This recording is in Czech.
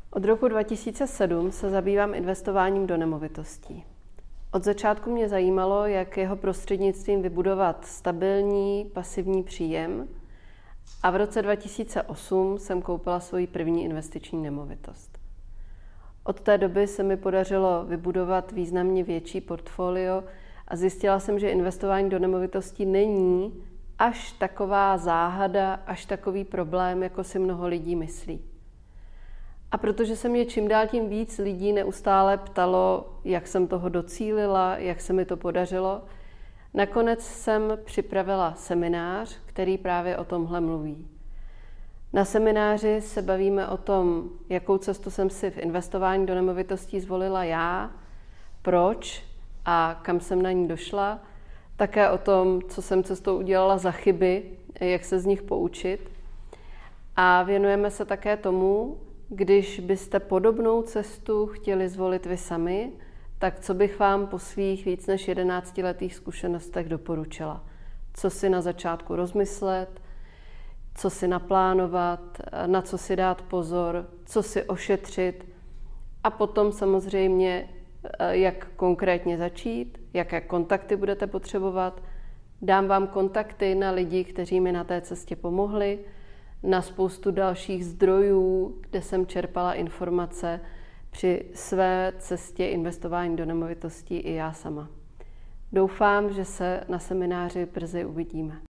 Od roku 2007 se zabývám investováním do nemovitostí. Od začátku mě zajímalo, jak jeho prostřednictvím vybudovat stabilní pasivní příjem, a v roce 2008 jsem koupila svoji první investiční nemovitost. Od té doby se mi podařilo vybudovat významně větší portfolio a zjistila jsem, že investování do nemovitostí není až taková záhada, až takový problém, jako si mnoho lidí myslí. A protože se mě čím dál tím víc lidí neustále ptalo, jak jsem toho docílila, jak se mi to podařilo, nakonec jsem připravila seminář, který právě o tomhle mluví. Na semináři se bavíme o tom, jakou cestu jsem si v investování do nemovitostí zvolila já, proč a kam jsem na ní došla, také o tom, co jsem cestou udělala za chyby, jak se z nich poučit. A věnujeme se také tomu, když byste podobnou cestu chtěli zvolit vy sami, tak co bych vám po svých víc než 11letých zkušenostech doporučila. Co si na začátku rozmyslet, co si naplánovat, na co si dát pozor, co si ošetřit a potom samozřejmě, jak konkrétně začít, jaké kontakty budete potřebovat. Dám vám kontakty na lidi, kteří mi na té cestě pomohli, na spoustu dalších zdrojů, kde jsem čerpala informace při své cestě investování do nemovitostí i já sama. Doufám, že se na semináři brzy uvidíme.